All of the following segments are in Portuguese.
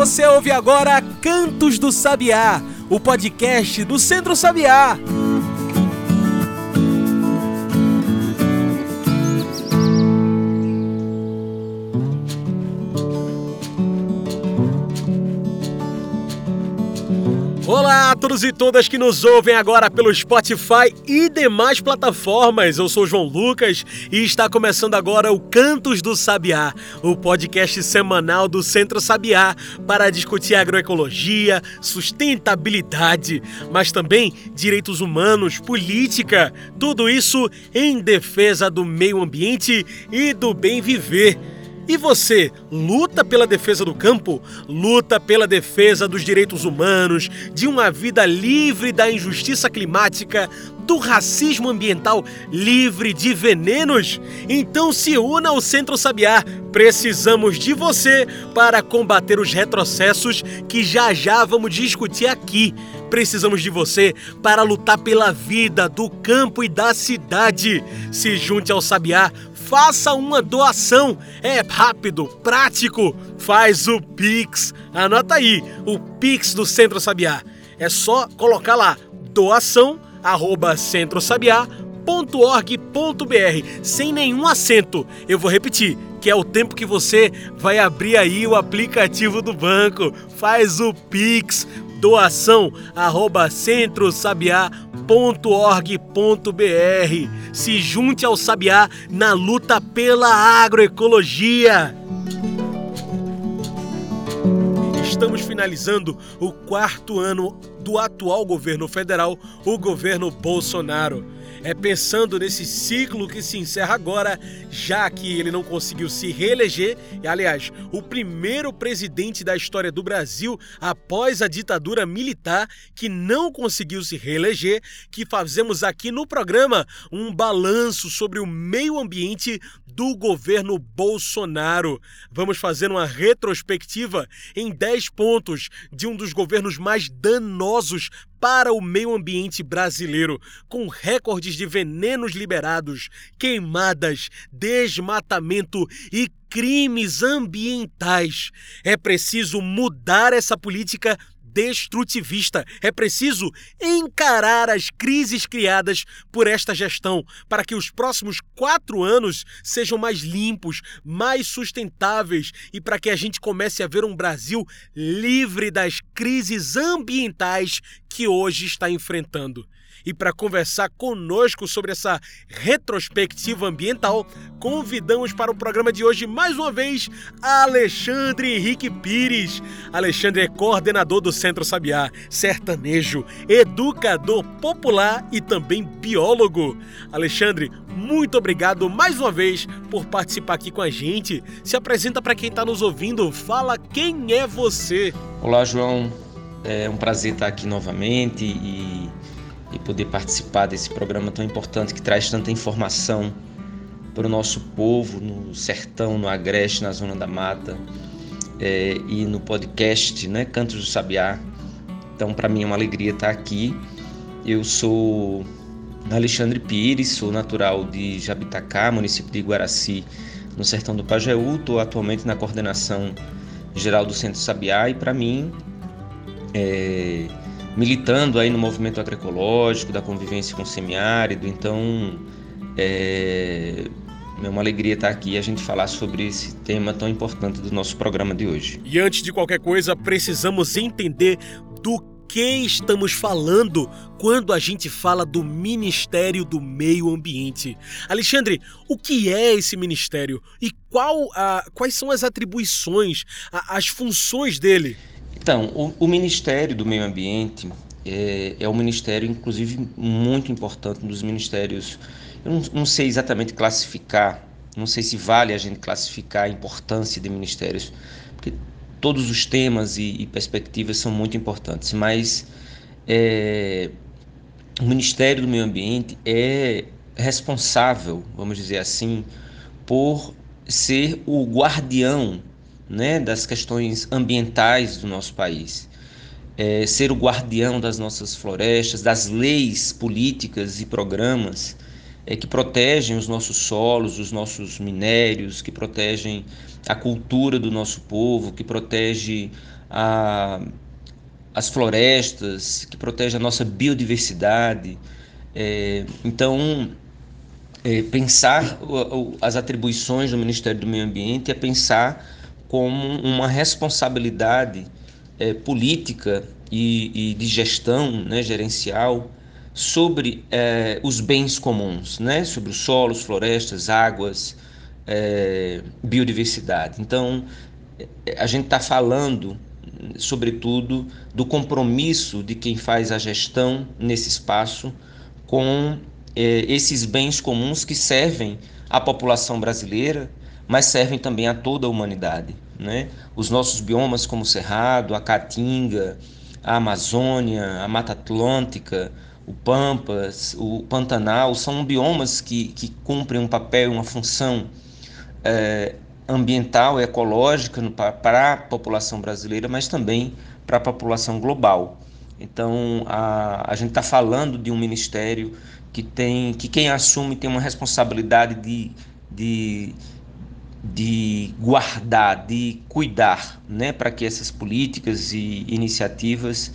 Você ouve agora Cantos do Sabiá, o podcast do Centro Sabiá. Olá a todos e todas que nos ouvem agora pelo Spotify e demais plataformas. Eu sou João Lucas e está começando agora o Cantos do Sabiá, o podcast semanal do Centro Sabiá para discutir agroecologia, sustentabilidade, mas também direitos humanos, política, tudo isso em defesa do meio ambiente e do bem viver. E você luta pela defesa do campo? Luta pela defesa dos direitos humanos, de uma vida livre da injustiça climática, do racismo ambiental, livre de venenos? Então se una ao Centro Sabiá. Precisamos de você para combater os retrocessos que já vamos discutir aqui. Precisamos de você para lutar pela vida do campo e da cidade. Se junte ao Sabiá. Faça uma doação, é rápido, prático, faz o Pix. Anota aí, o Pix do Centro Sabiá. É só colocar lá, doação@centrosabiá.org.br, sem nenhum acento. Eu vou repetir, que é o tempo que você vai abrir aí o aplicativo do banco. Faz o Pix, doação@centrosabiá.org.br. Se junte ao Sabiá na luta pela agroecologia. Estamos finalizando o 4º ano do atual governo federal, o governo Bolsonaro. É pensando nesse ciclo que se encerra agora, já que ele não conseguiu se reeleger, e aliás, o primeiro presidente da história do Brasil após a ditadura militar que não conseguiu se reeleger, que fazemos aqui no programa um balanço sobre o meio ambiente do governo Bolsonaro. Vamos fazer uma retrospectiva em 10 pontos de um dos governos mais danosos para o meio ambiente brasileiro, com recordes de venenos liberados, queimadas, desmatamento e crimes ambientais. É preciso mudar essa política destrutivista. É preciso encarar as crises criadas por esta gestão para que os próximos 4 anos sejam mais limpos, mais sustentáveis e para que a gente comece a ver um Brasil livre das crises ambientais que hoje está enfrentando. E para conversar conosco sobre essa retrospectiva ambiental, convidamos para o programa de hoje, mais uma vez, Alexandre Henrique Pires. Alexandre é coordenador do Centro Sabiá, sertanejo, educador popular e também biólogo. Alexandre, muito obrigado mais uma vez por participar aqui com a gente. Se apresenta para quem está nos ouvindo, fala quem é você. Olá, João. É um prazer estar aqui novamente e poder participar desse programa tão importante que traz tanta informação para o nosso povo no sertão, no agreste, na zona da mata, e no podcast, né, Cantos do Sabiá. Então, para mim é uma alegria estar aqui. Eu sou Alexandre Pires, sou natural de Jabitacá, município de Iguaraci, no sertão do Pajeú. Estou atualmente na coordenação geral do Centro Sabiá e, para mim, militando aí no movimento agroecológico, da convivência com o semiárido. Então, é uma alegria estar aqui e a gente falar sobre esse tema tão importante do nosso programa de hoje. E antes de qualquer coisa, precisamos entender do que estamos falando quando a gente fala do Ministério do Meio Ambiente. Alexandre, o que é esse ministério e quais são as atribuições, as funções dele? Então, o Ministério do Meio Ambiente é um ministério, inclusive, muito importante, um dos ministérios. Eu não sei exatamente classificar, não sei se vale a gente classificar a importância de ministérios, porque todos os temas e perspectivas são muito importantes, mas o Ministério do Meio Ambiente é responsável, vamos dizer assim, por ser o guardião, né, das questões ambientais do nosso país, ser o guardião das nossas florestas, das leis políticas e programas que protegem os nossos solos, os nossos minérios, que protegem a cultura do nosso povo, que protege a, as florestas, que protege a nossa biodiversidade. Então, pensar as atribuições do Ministério do Meio Ambiente é pensar como uma responsabilidade política e de gestão, né, gerencial, sobre os bens comuns, né, sobre os solos, florestas, águas, biodiversidade. Então, a gente está falando, sobretudo, do compromisso de quem faz a gestão nesse espaço com esses bens comuns que servem à população brasileira, mas servem também a toda a humanidade, né? Os nossos biomas como o Cerrado, a Caatinga, a Amazônia, a Mata Atlântica, o Pampas, o Pantanal, são biomas que cumprem um papel, uma função ambiental e ecológica para a população brasileira, mas também para a população global. Então, a gente está falando de um ministério que quem assume tem uma responsabilidade de guardar, de cuidar, né, para que essas políticas e iniciativas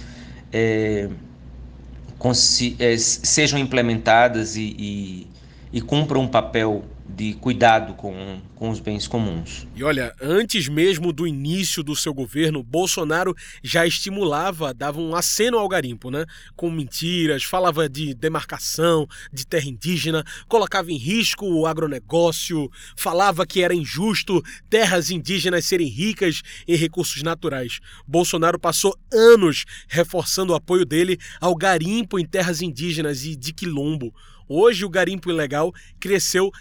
sejam implementadas e cumpram um papel de cuidado com os bens comuns. E olha, antes mesmo do início do seu governo, Bolsonaro já estimulava, dava um aceno ao garimpo, né? Com mentiras, falava de demarcação, de terra indígena, colocava em risco o agronegócio, falava que era injusto terras indígenas serem ricas em recursos naturais. Bolsonaro passou anos reforçando o apoio dele ao garimpo em terras indígenas e de quilombo. Hoje, o garimpo ilegal cresceu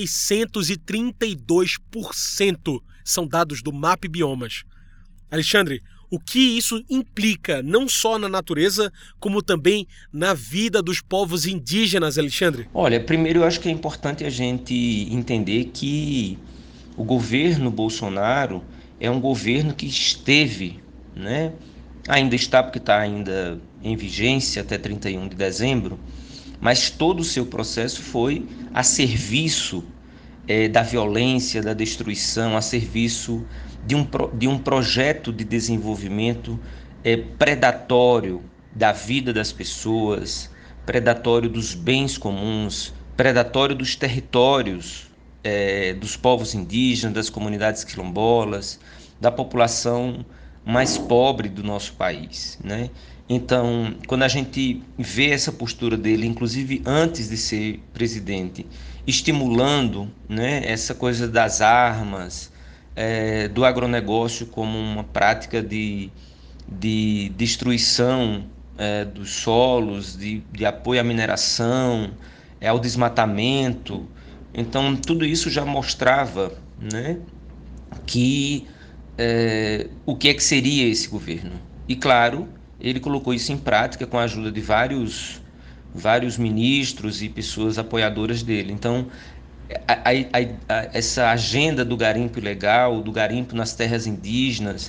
632%. São dados do MAP Biomas. Alexandre, o que isso implica não só na natureza, como também na vida dos povos indígenas, Alexandre? Olha, primeiro eu acho que é importante a gente entender que o governo Bolsonaro é um governo que esteve, né? Ainda está, porque está ainda em vigência até 31 de dezembro, mas todo o seu processo foi a serviço da violência, da destruição, a serviço de um projeto de desenvolvimento predatório da vida das pessoas, predatório dos bens comuns, predatório dos territórios dos povos indígenas, das comunidades quilombolas, da população mais pobre do nosso país, né? Então, quando a gente vê essa postura dele, inclusive antes de ser presidente, estimulando, né, essa coisa das armas, do agronegócio como uma prática de destruição dos solos, de apoio à mineração, ao desmatamento. Então, tudo isso já mostrava, né, que o que é que seria esse governo. E, claro, ele colocou isso em prática com a ajuda de vários ministros e pessoas apoiadoras dele. Então, essa agenda do garimpo ilegal, do garimpo nas terras indígenas,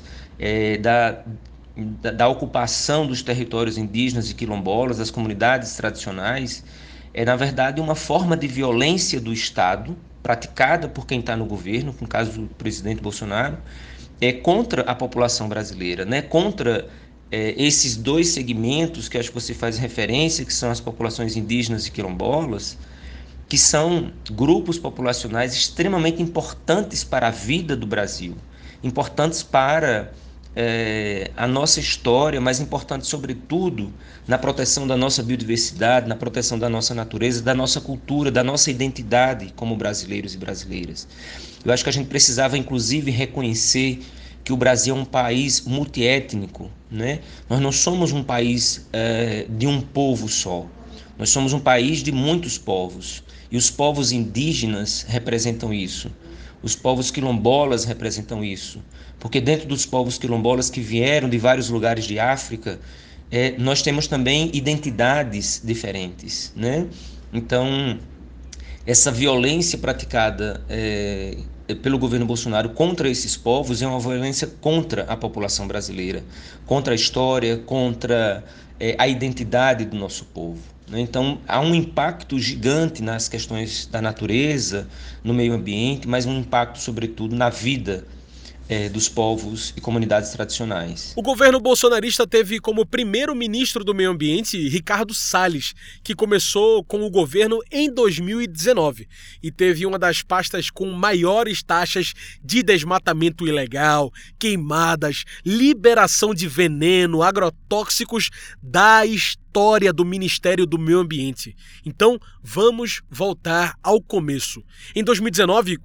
da ocupação dos territórios indígenas e quilombolas, das comunidades tradicionais, é, na verdade, uma forma de violência do Estado, praticada por quem está no governo, no caso do presidente Bolsonaro, contra a população brasileira, né? Contra esses dois segmentos que acho que você faz referência, que são as populações indígenas e quilombolas, que são grupos populacionais extremamente importantes para a vida do Brasil, importantes para a nossa história, mas importantes, sobretudo, na proteção da nossa biodiversidade, na proteção da nossa natureza, da nossa cultura, da nossa identidade como brasileiros e brasileiras. Eu acho que a gente precisava, inclusive, reconhecer que o Brasil é um país multiétnico, né? Nós não somos um país de um povo só. Nós somos um país de muitos povos. E os povos indígenas representam isso. Os povos quilombolas representam isso. Porque dentro dos povos quilombolas que vieram de vários lugares de África, nós temos também identidades diferentes, né? Então, essa violência praticada pelo governo Bolsonaro contra esses povos é uma violência contra a população brasileira, contra a história, contra a identidade do nosso povo, né? Então, há um impacto gigante nas questões da natureza, no meio ambiente, mas um impacto, sobretudo, na vida dos povos e comunidades tradicionais. O governo bolsonarista teve como primeiro-ministro do Meio Ambiente Ricardo Salles, que começou com o governo em 2019 e teve uma das pastas com maiores taxas de desmatamento ilegal, queimadas, liberação de veneno, agrotóxicos da história do Ministério do Meio Ambiente. Então, vamos voltar ao começo. Em 2019,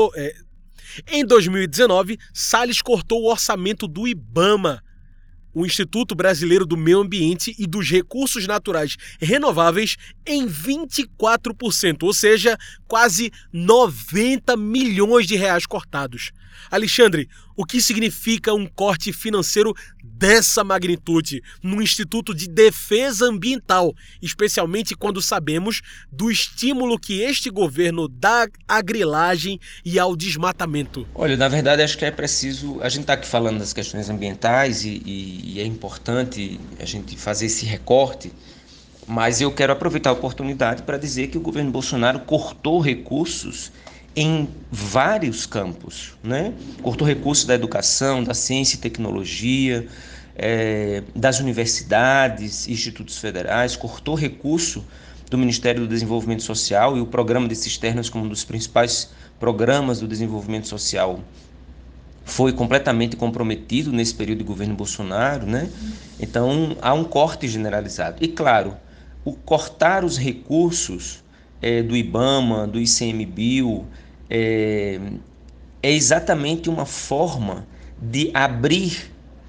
Salles cortou o orçamento do IBAMA, o Instituto Brasileiro do Meio Ambiente e dos Recursos Naturais Renováveis, em 24%, ou seja, quase 90 milhões de reais cortados. Alexandre, o que significa um corte financeiro dessa magnitude no Instituto de Defesa Ambiental, especialmente quando sabemos do estímulo que este governo dá à grilagem e ao desmatamento? Olha, na verdade acho que é preciso, a gente está aqui falando das questões ambientais e é importante a gente fazer esse recorte, mas eu quero aproveitar a oportunidade para dizer que o governo Bolsonaro cortou recursos em vários campos, né? Cortou recursos da educação, da ciência e tecnologia, das universidades, institutos federais, cortou recurso do Ministério do Desenvolvimento Social, e o Programa de Cisternas, como um dos principais programas do desenvolvimento social, foi completamente comprometido nesse período de governo Bolsonaro, né? Então há um corte generalizado. E claro, o cortar os recursos do IBAMA, do ICMBio, é exatamente uma forma de abrir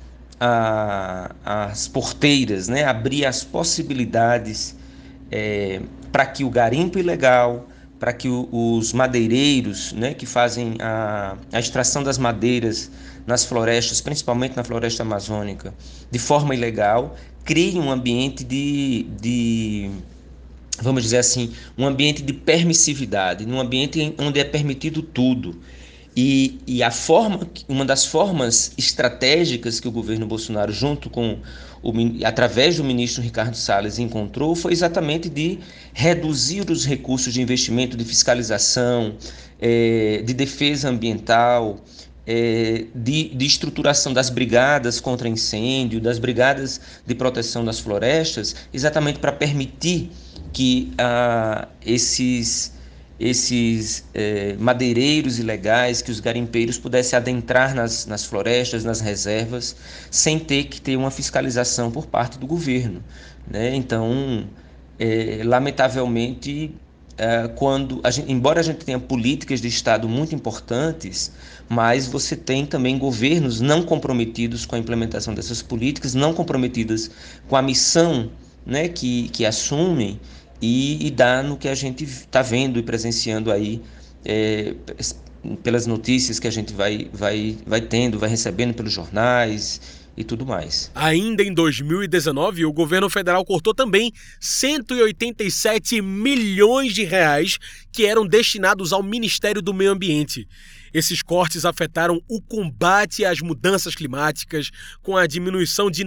as porteiras, né? Abrir as possibilidades para que o garimpo ilegal, para que os madeireiros, né, que fazem a extração das madeiras nas florestas, principalmente na floresta amazônica, de forma ilegal, criem um ambiente vamos dizer assim, um ambiente de permissividade, num ambiente onde é permitido tudo. E uma das formas estratégicas que o governo Bolsonaro, através do ministro Ricardo Salles, encontrou foi exatamente de reduzir os recursos de investimento, de fiscalização, de defesa ambiental, de estruturação das brigadas contra incêndio, das brigadas de proteção das florestas, exatamente para permitir que esses madeireiros ilegais, que os garimpeiros pudessem adentrar nas florestas, nas reservas, sem ter que ter uma fiscalização por parte do governo, né? Então, lamentavelmente, embora a gente tenha políticas de Estado muito importantes, mas você tem também governos não comprometidos com a implementação dessas políticas, não comprometidas com a missão, né, que assumem, e dá no que a gente está vendo e presenciando aí, pelas notícias que a gente vai tendo, vai recebendo pelos jornais e tudo mais. Ainda em 2019, o governo federal cortou também 187 milhões de reais que eram destinados ao Ministério do Meio Ambiente. Esses cortes afetaram o combate às mudanças climáticas, com a diminuição de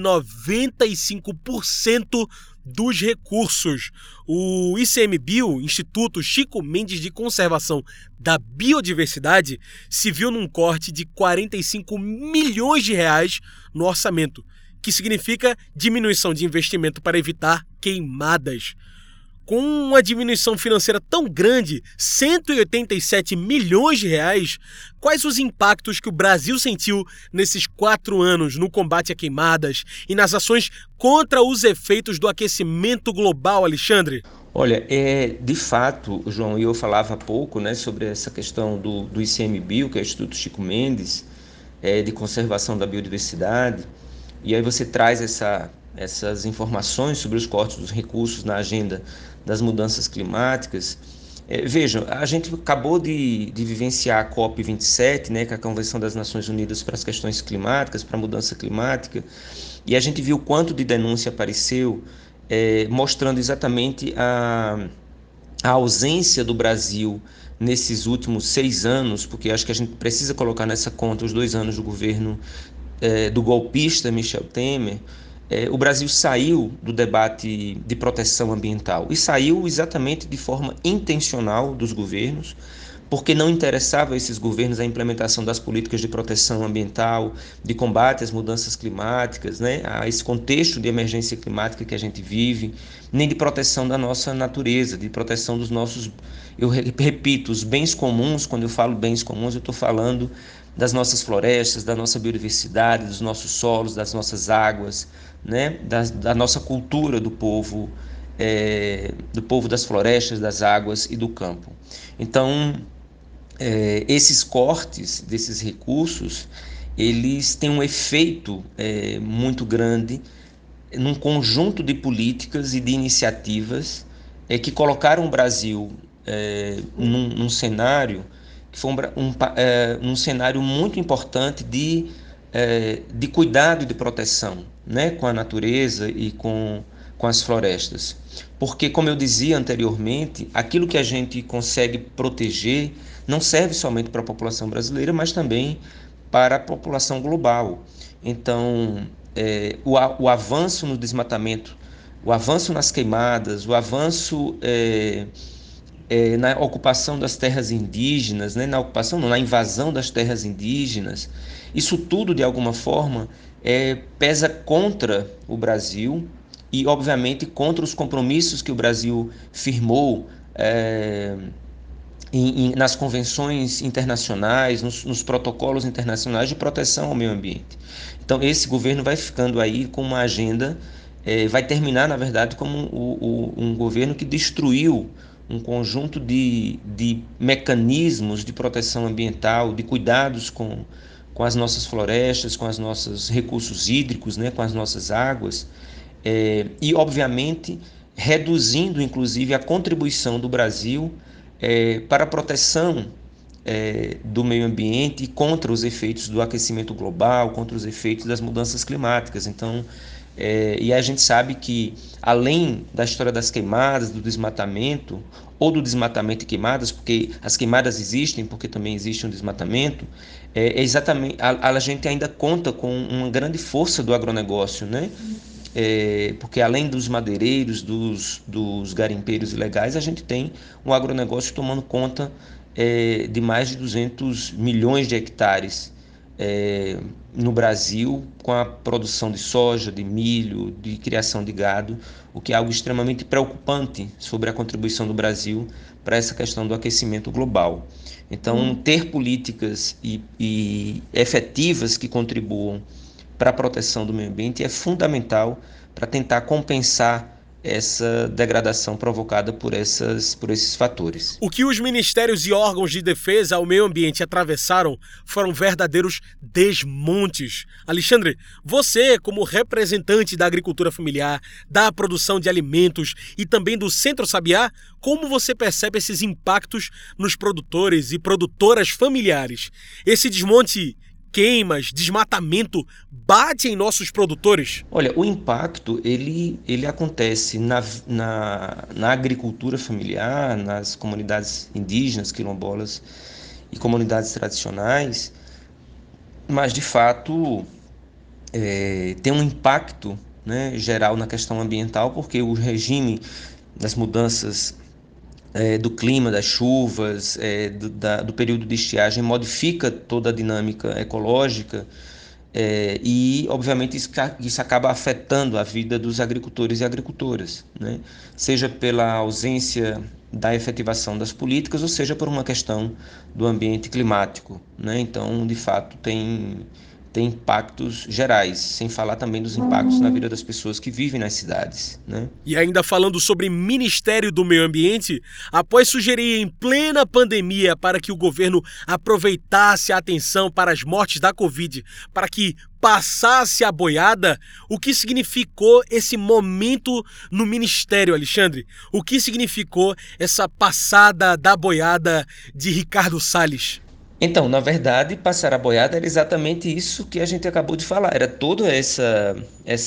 95% dos recursos. O ICMBio, Instituto Chico Mendes de Conservação da Biodiversidade, se viu num corte de 45 milhões de reais no orçamento, que significa diminuição de investimento para evitar queimadas. Com uma diminuição financeira tão grande, 187 milhões de reais, quais os impactos que o Brasil sentiu nesses 4 anos no combate a queimadas e nas ações contra os efeitos do aquecimento global, Alexandre? Olha, de fato, João, eu falava há pouco, né, sobre essa questão do ICMBio, que é o Instituto Chico Mendes, de Conservação da Biodiversidade, e aí você traz essas informações sobre os cortes dos recursos na agenda das mudanças climáticas. Vejam, a gente acabou de vivenciar a COP27, né, que é a Convenção das Nações Unidas para as Questões Climáticas, para a Mudança Climática, e a gente viu o quanto de denúncia apareceu, mostrando exatamente a ausência do Brasil nesses últimos 6 anos, porque acho que a gente precisa colocar nessa conta os 2 anos do governo do golpista Michel Temer. O Brasil saiu do debate de proteção ambiental e saiu exatamente de forma intencional dos governos porque não interessava a esses governos a implementação das políticas de proteção ambiental, de combate às mudanças climáticas, né, a esse contexto de emergência climática que a gente vive, nem de proteção da nossa natureza, de proteção dos nossos, eu repito, os bens comuns. Quando eu falo bens comuns, eu estou falando das nossas florestas, da nossa biodiversidade, dos nossos solos, das nossas águas, né, da nossa cultura do povo das florestas, das águas e do campo. Então, esses cortes desses recursos, eles têm um efeito muito grande num conjunto de políticas e de iniciativas que colocaram o Brasil num cenário que foi um cenário muito importante de cuidado e de proteção, né, com a natureza e com as florestas. Porque, como eu dizia anteriormente, aquilo que a gente consegue proteger não serve somente para a população brasileira, mas também para a população global. Então, o avanço no desmatamento, o avanço nas queimadas, o avanço na ocupação das terras indígenas, né, na invasão das terras indígenas, isso tudo, de alguma forma, pesa contra o Brasil e, obviamente, contra os compromissos que o Brasil firmou nas convenções internacionais, nos protocolos internacionais de proteção ao meio ambiente. Então, esse governo vai ficando aí com uma agenda, vai terminar, na verdade, como um governo que destruiu um conjunto de mecanismos de proteção ambiental, de cuidados com as nossas florestas, com os nossos recursos hídricos, né, com as nossas águas, e, obviamente, reduzindo, inclusive, a contribuição do Brasil para a proteção do meio ambiente e contra os efeitos do aquecimento global, contra os efeitos das mudanças climáticas. Então, e a gente sabe que, além da história das queimadas, do desmatamento, ou do desmatamento e queimadas, porque as queimadas existem, porque também existe um desmatamento, exatamente, a gente ainda conta com uma grande força do agronegócio, né? Porque além dos madeireiros, dos garimpeiros ilegais, a gente tem um agronegócio tomando conta de mais de 200 milhões de hectares no Brasil, com a produção de soja, de milho, de criação de gado, o que é algo extremamente preocupante sobre a contribuição do Brasil para essa questão do aquecimento global. Então, ter políticas e efetivas que contribuam para a proteção do meio ambiente é fundamental para tentar compensar essa degradação provocada por esses fatores. O que os ministérios e órgãos de defesa ao meio ambiente atravessaram foram verdadeiros desmontes. Alexandre, você, como representante da agricultura familiar, da produção de alimentos e também do Centro Sabiá, como você percebe esses impactos nos produtores e produtoras familiares? Esse desmonte, queimas, desmatamento, bate em nossos produtores? Olha, o impacto ele acontece na agricultura familiar, nas comunidades indígenas, quilombolas e comunidades tradicionais, mas de fato tem um impacto, né, geral na questão ambiental, porque o regime das mudanças do clima, das chuvas, do período de estiagem modifica toda a dinâmica ecológica, e obviamente isso acaba afetando a vida dos agricultores e agricultoras, né? Seja pela ausência da efetivação das políticas, ou seja por uma questão do ambiente climático, né? Então, de fato, tem impactos gerais, sem falar também dos impactos na vida das pessoas que vivem nas cidades, né? E ainda falando sobre Ministério do Meio Ambiente, após sugerir em plena pandemia para que o governo aproveitasse a atenção para as mortes da Covid, para que passasse a boiada, o que significou esse momento no Ministério, Alexandre? O que significou essa passada da boiada de Ricardo Salles? Então, na verdade, passar a boiada era exatamente isso que a gente acabou de falar. Era toda essa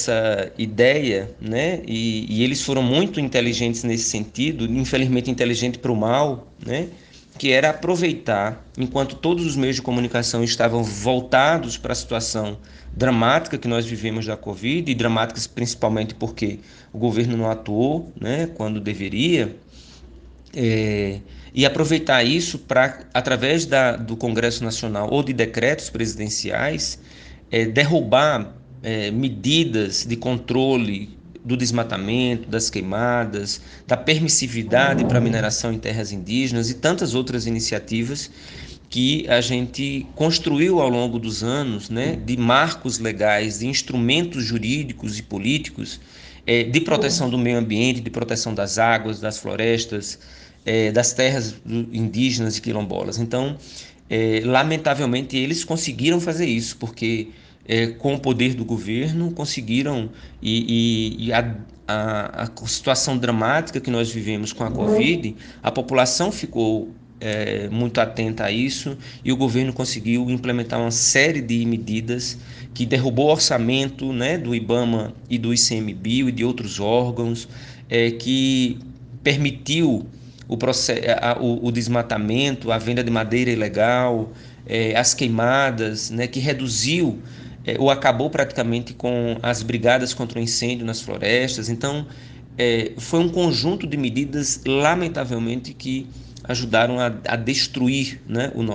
ideia, né? E eles foram muito inteligentes nesse sentido, infelizmente inteligente para o mal, né? Que era aproveitar, enquanto todos os meios de comunicação estavam voltados para a situação dramática que nós vivemos da Covid, e dramáticas principalmente porque o governo não atuou, né, quando deveria. e aproveitar isso para, através do Congresso Nacional ou de decretos presidenciais, derrubar medidas de controle do desmatamento, das queimadas, da permissividade para a mineração em terras indígenas e tantas outras iniciativas que a gente construiu ao longo dos anos, né, de marcos legais, de instrumentos jurídicos e políticos de proteção do meio ambiente, de proteção das águas, das florestas, das terras indígenas e quilombolas. Então, lamentavelmente, eles conseguiram fazer isso, porque com o poder do governo conseguiram, e a situação dramática que nós vivemos com a Covid, a população ficou muito atenta a isso, e o governo conseguiu implementar uma série de medidas que derrubou o orçamento, né, do IBAMA e do ICMBio e de outros órgãos, que permitiu o desmatamento, a venda de madeira ilegal, as queimadas, né, que reduziu ou acabou praticamente com as brigadas contra o incêndio nas florestas. Então, foi um conjunto de medidas, lamentavelmente, que ajudaram a destruir, né, o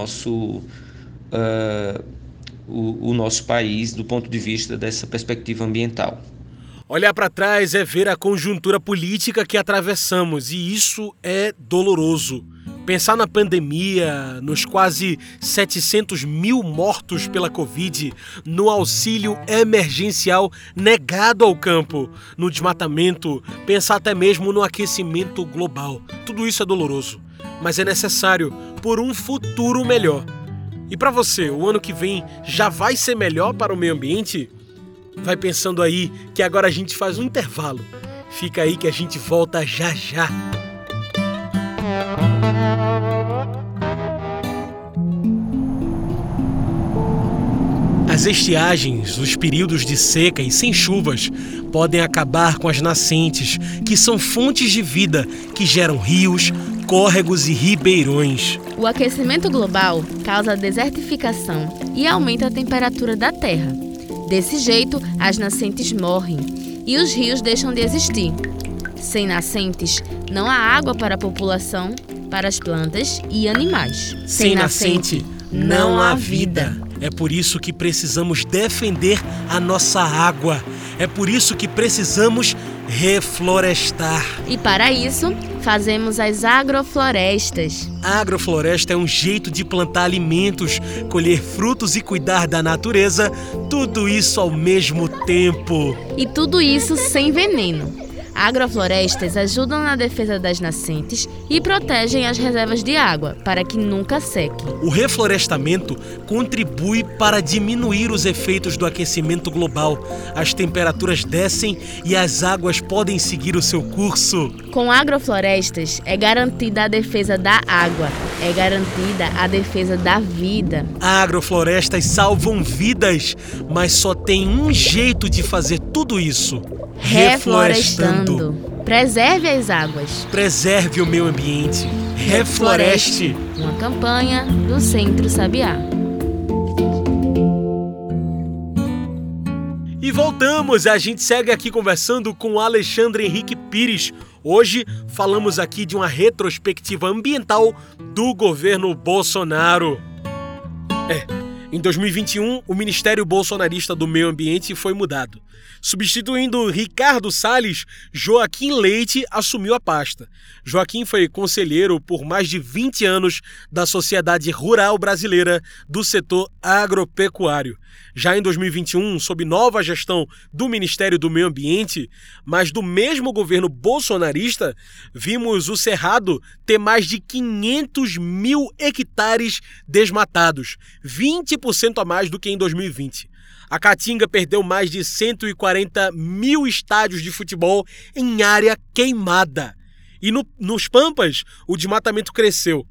nosso país do ponto de vista dessa perspectiva ambiental. Olhar para trás é ver a conjuntura política que atravessamos, e isso é doloroso. Pensar na pandemia, nos quase 700 mil mortos pela Covid, no auxílio emergencial negado ao campo, no desmatamento, pensar até mesmo no aquecimento global. Tudo isso é doloroso, mas é necessário por um futuro melhor. E para você, o ano que vem já vai ser melhor para o meio ambiente? Vai pensando aí que agora a gente faz um intervalo. Fica aí que a gente volta já já. As estiagens, os períodos de seca e sem chuvas, podem acabar com as nascentes, que são fontes de vida que geram rios, córregos e ribeirões. O aquecimento global causa desertificação e aumenta a temperatura da Terra. Desse jeito, as nascentes morrem e os rios deixam de existir. Sem nascentes, não há água para a população, para as plantas e animais. Sem nascente, não há vida. É por isso que precisamos defender a nossa água. É por isso que precisamos reflorestar. E para isso, fazemos as agroflorestas. A agrofloresta é um jeito de plantar alimentos, colher frutos e cuidar da natureza, tudo isso ao mesmo tempo. E tudo isso sem veneno. Agroflorestas ajudam na defesa das nascentes e protegem as reservas de água para que nunca sequem. O reflorestamento contribui para diminuir os efeitos do aquecimento global. As temperaturas descem e as águas podem seguir o seu curso. Com agroflorestas é garantida a defesa da água, é garantida a defesa da vida. Agroflorestas salvam vidas, mas só tem um jeito de fazer tudo isso: reflorestando. Preserve as águas. Preserve o meio ambiente. Refloreste. Uma campanha do Centro Sabiá. E voltamos, a gente segue aqui conversando com o Alexandre Henrique Pires. Hoje falamos aqui de uma retrospectiva ambiental do governo Bolsonaro. Em 2021, o Ministério Bolsonarista do Meio Ambiente foi mudado. Substituindo Ricardo Salles, Joaquim Leite assumiu a pasta. Joaquim foi conselheiro por mais de 20 anos da Sociedade Rural Brasileira do setor agropecuário. Já em 2021, sob nova gestão do Ministério do Meio Ambiente, mas do mesmo governo bolsonarista, vimos o Cerrado ter mais de 500 mil hectares desmatados, 20% a mais do que em 2020. A Caatinga perdeu mais de 140 mil estádios de futebol em área queimada. E nos Pampas, o desmatamento cresceu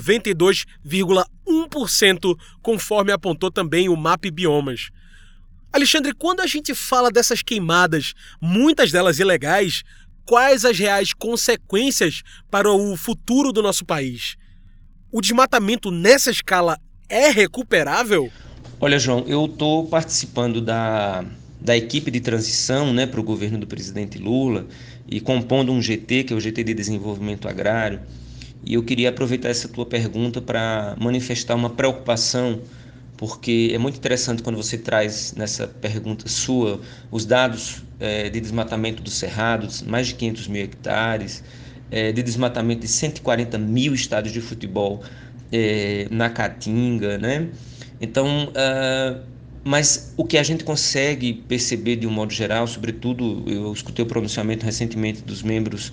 92,1%, conforme apontou também o MAP Biomas. Alexandre, quando a gente fala dessas queimadas, muitas delas ilegais, quais as reais consequências para o futuro do nosso país? O desmatamento nessa escala é recuperável? Olha, João, eu estou participando da equipe de transição, né, para o governo do presidente Lula, e compondo um GT, que é o GT de Desenvolvimento Agrário, E eu queria aproveitar essa tua pergunta para manifestar uma preocupação, porque é muito interessante quando você traz nessa pergunta sua os dados de desmatamento dos cerrados, mais de 500 mil hectares, de desmatamento de 140 mil estádios de futebol na Caatinga, né? Então, mas o que a gente consegue perceber de um modo geral, sobretudo, eu escutei o pronunciamento recentemente dos membros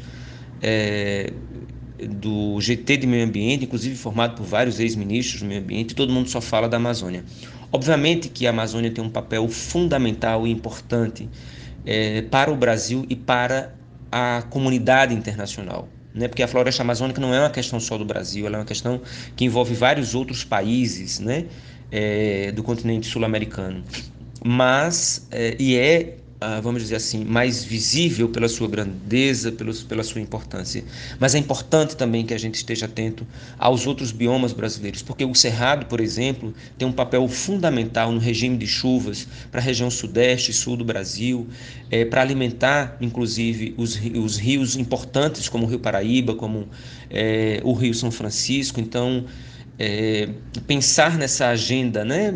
do GT de Meio Ambiente, inclusive formado por vários ex-ministros do Meio Ambiente, e todo mundo só fala da Amazônia. Obviamente que a Amazônia tem um papel fundamental e importante para o Brasil e para a comunidade internacional, né? Porque a floresta amazônica não é uma questão só do Brasil, ela é uma questão que envolve vários outros países, né? Do continente sul-americano. Mas, vamos dizer assim, mais visível pela sua grandeza, pela sua importância. Mas é importante também que a gente esteja atento aos outros biomas brasileiros, porque o Cerrado, por exemplo, tem um papel fundamental no regime de chuvas para a região sudeste e sul do Brasil, para alimentar, inclusive, os rios importantes, como o Rio Paraíba, como o Rio São Francisco. Então, pensar nessa agenda, né,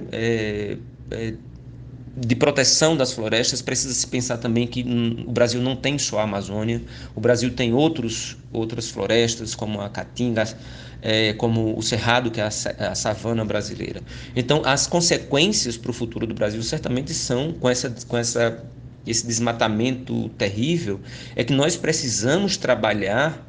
de proteção das florestas, precisa se pensar também que o Brasil não tem só a Amazônia, o Brasil tem outras florestas, como a Caatinga, como o Cerrado, que é a savana brasileira. Então, as consequências para o futuro do Brasil certamente são, com esse desmatamento terrível, é que nós precisamos trabalhar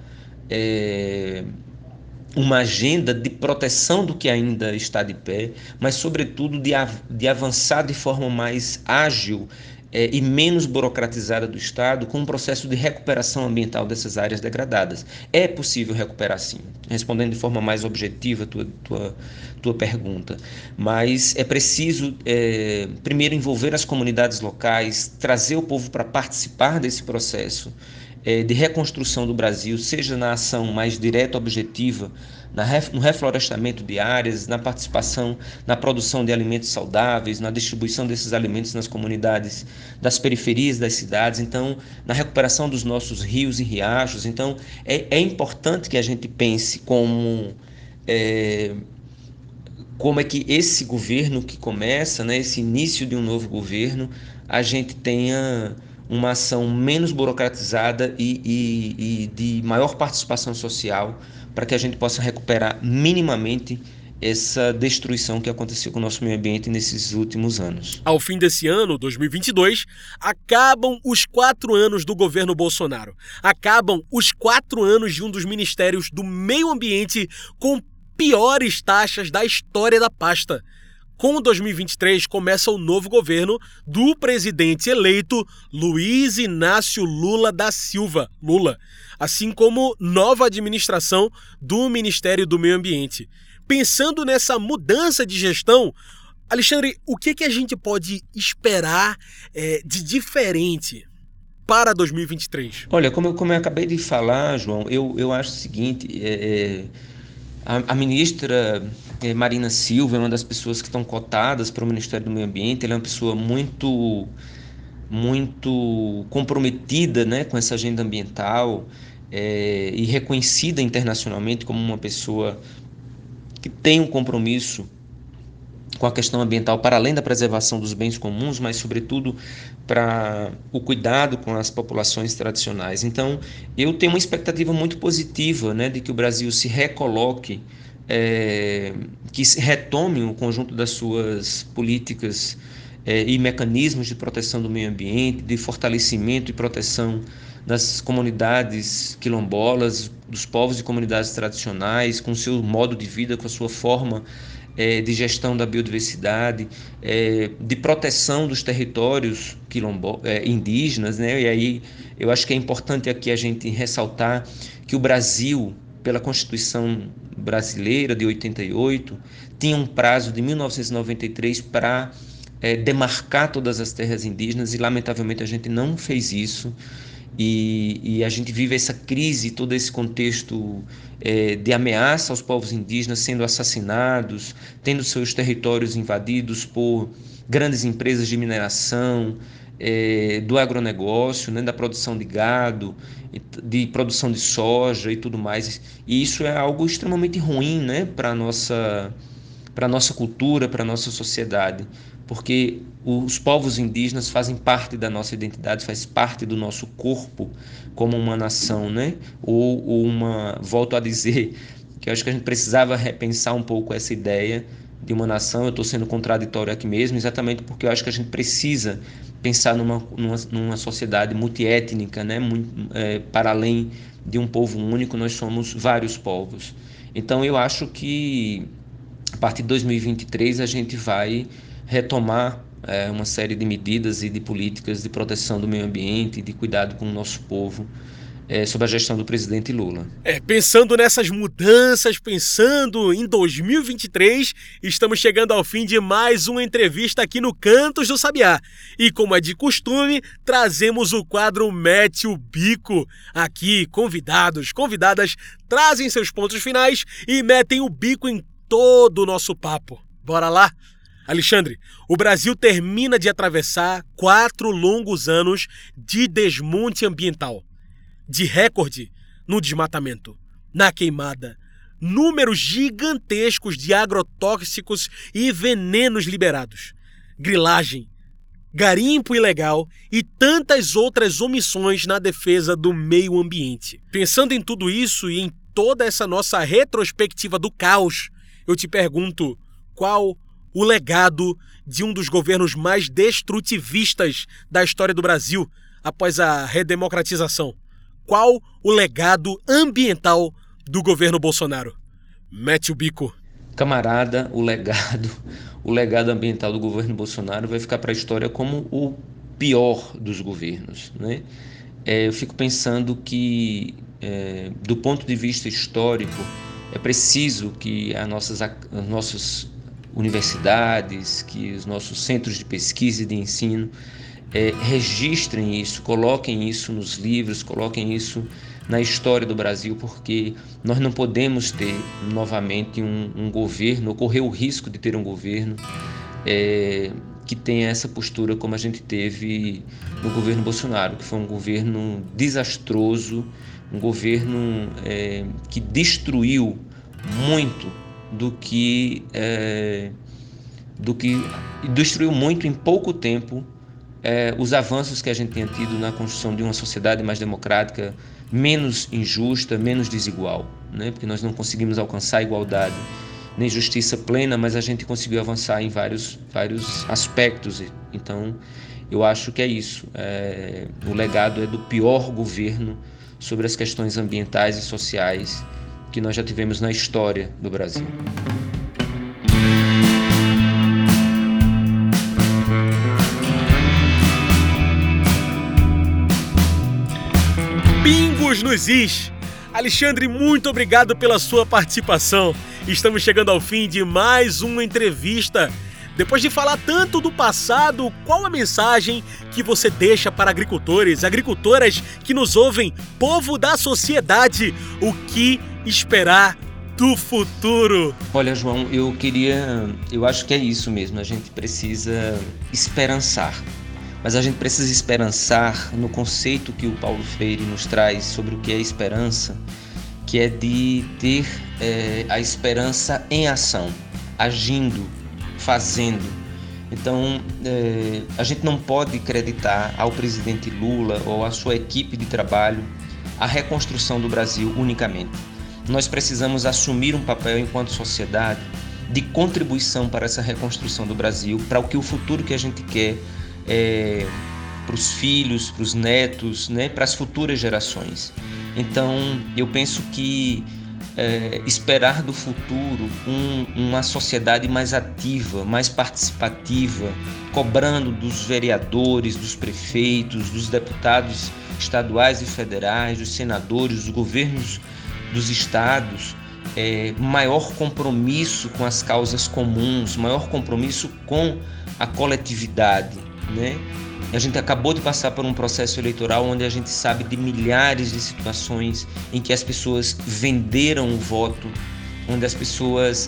uma agenda de proteção do que ainda está de pé, mas, sobretudo, de avançar de forma mais ágil e menos burocratizada do Estado, com um processo de recuperação ambiental dessas áreas degradadas. É possível recuperar, sim, respondendo de forma mais objetiva a tua pergunta, mas é preciso, primeiro, envolver as comunidades locais, trazer o povo para participar desse processo de reconstrução do Brasil, seja na ação mais direta, objetiva, no reflorestamento de áreas, na participação na produção de alimentos saudáveis, na distribuição desses alimentos nas comunidades das periferias das cidades, então, na recuperação dos nossos rios e riachos. Então, é importante que a gente pense como é que esse governo que começa, né, esse início de um novo governo, a gente tenha uma ação menos burocratizada e de maior participação social, para que a gente possa recuperar minimamente essa destruição que aconteceu com o nosso meio ambiente nesses últimos anos. Ao fim desse ano, 2022, acabam os 4 anos do governo Bolsonaro. Acabam os 4 anos de um dos ministérios do meio ambiente com piores taxas da história da pasta. Com 2023, começa o novo governo do presidente eleito Luiz Inácio Lula da Silva, Lula, assim como nova administração do Ministério do Meio Ambiente. Pensando nessa mudança de gestão, Alexandre, o que a gente pode esperar de diferente para 2023? Olha, como eu acabei de falar, João, eu acho o seguinte, a ministra Marina Silva é uma das pessoas que estão cotadas para o Ministério do Meio Ambiente. Ela é uma pessoa muito comprometida, né, com essa agenda ambiental e reconhecida internacionalmente como uma pessoa que tem um compromisso com a questão ambiental para além da preservação dos bens comuns, mas sobretudo para o cuidado com as populações tradicionais. Então, eu tenho uma expectativa muito positiva, né, de que o Brasil se recoloque, que se retome o conjunto das suas políticas e mecanismos de proteção do meio ambiente, de fortalecimento e proteção das comunidades quilombolas, dos povos e comunidades tradicionais, com o seu modo de vida, com a sua forma de gestão da biodiversidade, de proteção dos territórios indígenas, né? E aí eu acho que é importante aqui a gente ressaltar que o Brasil, pela Constituição brasileira de 88, tinha um prazo de 1993 para demarcar todas as terras indígenas, e lamentavelmente a gente não fez isso. E a gente vive essa crise, todo esse contexto de ameaça aos povos indígenas sendo assassinados, tendo seus territórios invadidos por grandes empresas de mineração, do agronegócio, né, da produção de gado, de produção de soja e tudo mais. E isso é algo extremamente ruim, né, para a nossa cultura, para a nossa sociedade, porque os povos indígenas fazem parte da nossa identidade, faz parte do nosso corpo como uma nação, né? Volto a dizer que eu acho que a gente precisava repensar um pouco essa ideia de uma nação. Eu estou sendo contraditório aqui mesmo, exatamente porque eu acho que a gente precisa pensar numa sociedade multiétnica, né? Para além de um povo único, nós somos vários povos. Então eu acho que a partir de 2023 a gente vai retomar uma série de medidas e de políticas de proteção do meio ambiente e de cuidado com o nosso povo, sob a gestão do presidente Lula. Pensando nessas mudanças, pensando em 2023, estamos chegando ao fim de mais uma entrevista aqui no Cantos do Sabiá. E como é de costume, trazemos o quadro Mete o Bico. Aqui, convidadas trazem seus pontos finais e metem o bico em todo o nosso papo. Bora lá? Alexandre, o Brasil termina de atravessar 4 longos anos de desmonte ambiental, de recorde no desmatamento, na queimada, números gigantescos de agrotóxicos e venenos liberados, grilagem, garimpo ilegal e tantas outras omissões na defesa do meio ambiente. Pensando em tudo isso e em toda essa nossa retrospectiva do caos, eu te pergunto, qual o legado de um dos governos mais destrutivistas da história do Brasil após a redemocratização? Qual o legado ambiental do governo Bolsonaro? Mete o bico. Camarada, o legado ambiental do governo Bolsonaro vai ficar para a história como o pior dos governos, né? Eu fico pensando que, do ponto de vista histórico, é preciso que as nossas universidades, que os nossos centros de pesquisa e de ensino registrem isso, coloquem isso nos livros, coloquem isso na história do Brasil, porque nós não podemos ter novamente um governo, ocorrer o risco de ter um governo que tenha essa postura como a gente teve no governo Bolsonaro, que foi um governo desastroso, um governo que destruiu muito do que destruiu muito em pouco tempo os avanços que a gente tinha tido na construção de uma sociedade mais democrática, menos injusta, menos desigual, né? Porque nós não conseguimos alcançar a igualdade nem justiça plena, mas a gente conseguiu avançar em vários aspectos. Então, eu acho que é isso. O legado é do pior governo sobre as questões ambientais e sociais que nós já tivemos na história do Brasil. Bingos nos is! Alexandre, muito obrigado pela sua participação. Estamos chegando ao fim de mais uma entrevista. Depois de falar tanto do passado, qual a mensagem que você deixa para agricultores, agricultoras que nos ouvem, povo da sociedade? O que esperar do futuro? Olha, João, eu acho que é isso mesmo, a gente precisa esperançar. Mas a gente precisa esperançar no conceito que o Paulo Freire nos traz sobre o que é esperança, que é de ter a esperança em ação, agindo, fazendo. Então, a gente não pode acreditar ao presidente Lula ou à sua equipe de trabalho a reconstrução do Brasil unicamente. Nós precisamos assumir um papel enquanto sociedade de contribuição para essa reconstrução do Brasil, para o futuro que a gente quer, para os filhos, para os netos, né, para as futuras gerações. Então, eu penso que esperar do futuro uma sociedade mais ativa, mais participativa, cobrando dos vereadores, dos prefeitos, dos deputados estaduais e federais, dos senadores, dos governos dos estados, maior compromisso com as causas comuns, maior compromisso com a coletividade, né? A gente acabou de passar por um processo eleitoral onde a gente sabe de milhares de situações em que as pessoas venderam o voto, onde as pessoas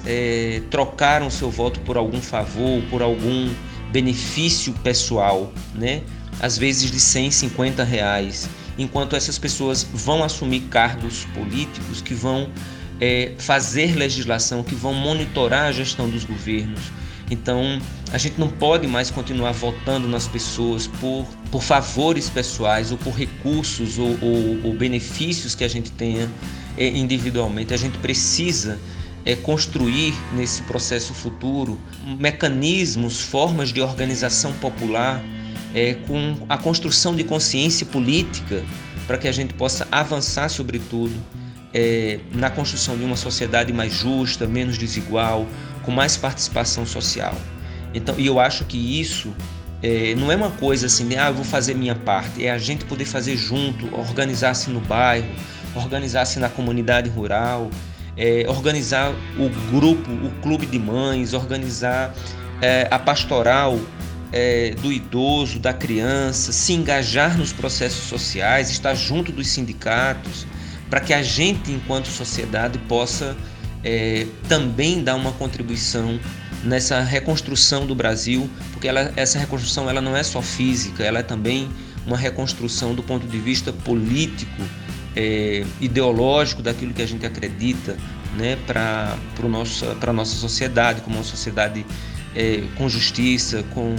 trocaram seu voto por algum favor, por algum benefício pessoal, né? às vezes de R$150, enquanto essas pessoas vão assumir cargos políticos que vão fazer legislação, que vão monitorar a gestão dos governos. Então, a gente não pode mais continuar votando nas pessoas por favores pessoais ou por recursos ou benefícios que a gente tenha individualmente. A gente precisa construir nesse processo futuro mecanismos, formas de organização popular com a construção de consciência política para que a gente possa avançar, sobretudo, na construção de uma sociedade mais justa, menos desigual, com mais participação social. Então, e eu acho que isso não é uma coisa assim de eu vou fazer minha parte, é a gente poder fazer junto, organizar-se no bairro, organizar-se na comunidade rural, organizar o grupo, o clube de mães, organizar a pastoral do idoso, da criança, se engajar nos processos sociais, estar junto dos sindicatos, para que a gente, enquanto sociedade, possa também dar uma contribuição nessa reconstrução do Brasil, porque essa reconstrução ela não é só física, ela é também uma reconstrução do ponto de vista político, ideológico, daquilo que a gente acredita, né, para a nossa sociedade, como uma sociedade com justiça,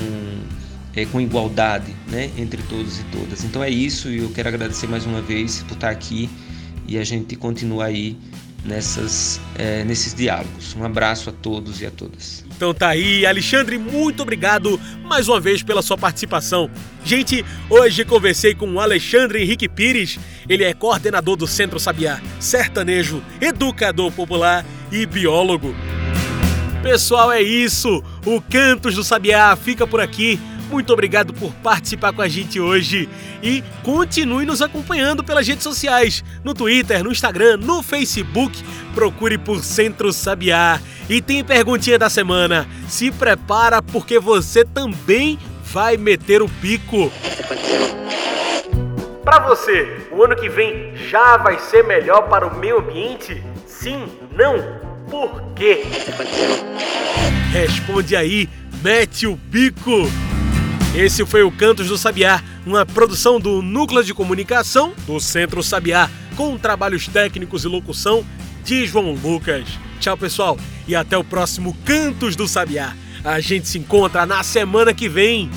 com igualdade, né, entre todos e todas. Então é isso, e eu quero agradecer mais uma vez por estar aqui e a gente continua aí nesses diálogos. Um abraço a todos e a todas. Então tá aí, Alexandre, muito obrigado mais uma vez pela sua participação. Gente, hoje conversei com o Alexandre Henrique Pires, ele é coordenador do Centro Sabiá, sertanejo, educador popular e biólogo. Pessoal, é isso, o Cantos do Sabiá fica por aqui. Muito obrigado por participar com a gente hoje e continue nos acompanhando pelas redes sociais, no Twitter, no Instagram, no Facebook, procure por Centro Sabiá. E tem perguntinha da semana, se prepara porque você também vai meter o pico. Para você, o ano que vem já vai ser melhor para o meio ambiente? Sim? Não? Por quê? Responde aí, mete o bico! Esse foi o Cantos do Sabiá, uma produção do Núcleo de Comunicação do Centro Sabiá, com trabalhos técnicos e locução de João Lucas. Tchau, pessoal, e até o próximo Cantos do Sabiá. A gente se encontra na semana que vem.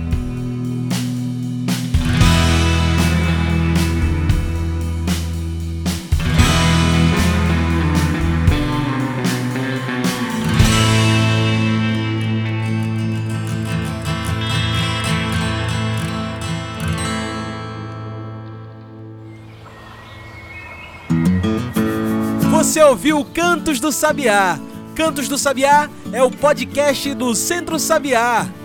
Você ouviu Cantos do Sabiá. Cantos do Sabiá é o podcast do Centro Sabiá.